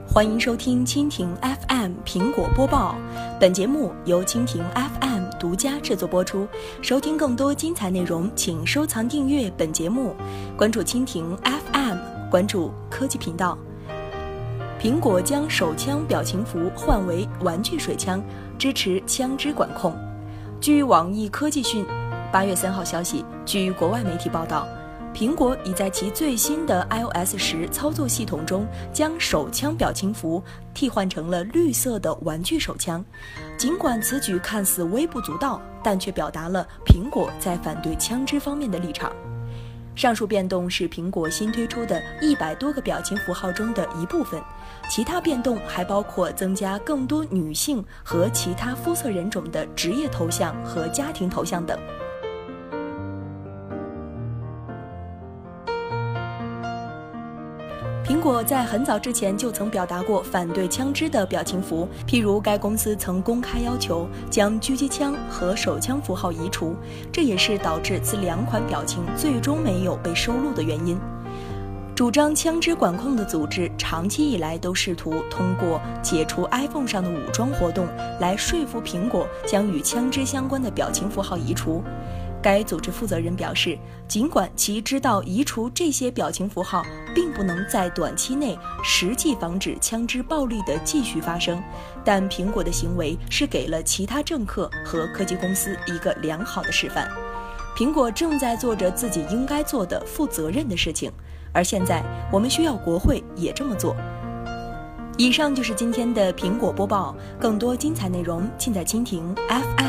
欢迎收听蜻蜓 FM 苹果播报，本节目由蜻蜓 FM 独家制作播出。收听更多精彩内容，请收藏订阅本节目，关注蜻蜓 FM， 关注科技频道。苹果将手枪表情符换为玩具水枪，支持枪支管控。据网易科技讯8月3号消息，据国外媒体报道，苹果已在其最新的 iOS 10操作系统中将手枪表情符替换成了绿色的玩具手枪。尽管此举看似微不足道，但却表达了苹果在反对枪支方面的立场。上述变动是苹果新推出的100多个表情符号中的一部分，其他变动还包括增加更多女性和其他肤色人种的职业头像和家庭头像等。苹果在很早之前就曾表达过反对枪支的表情符，譬如该公司曾公开要求将狙击枪和手枪符号移除，这也是导致此两款表情最终没有被收录的原因。主张枪支管控的组织长期以来都试图通过解除 iPhone 上的武装活动来说服苹果将与枪支相关的表情符号移除。该组织负责人表示，尽管其知道移除这些表情符号并不能在短期内实际防止枪支暴力的继续发生，但苹果的行为是给了其他政客和科技公司一个良好的示范。苹果正在做着自己应该做的负责任的事情，而现在我们需要国会也这么做。以上就是今天的苹果播报，更多精彩内容尽在蜻蜓 FM。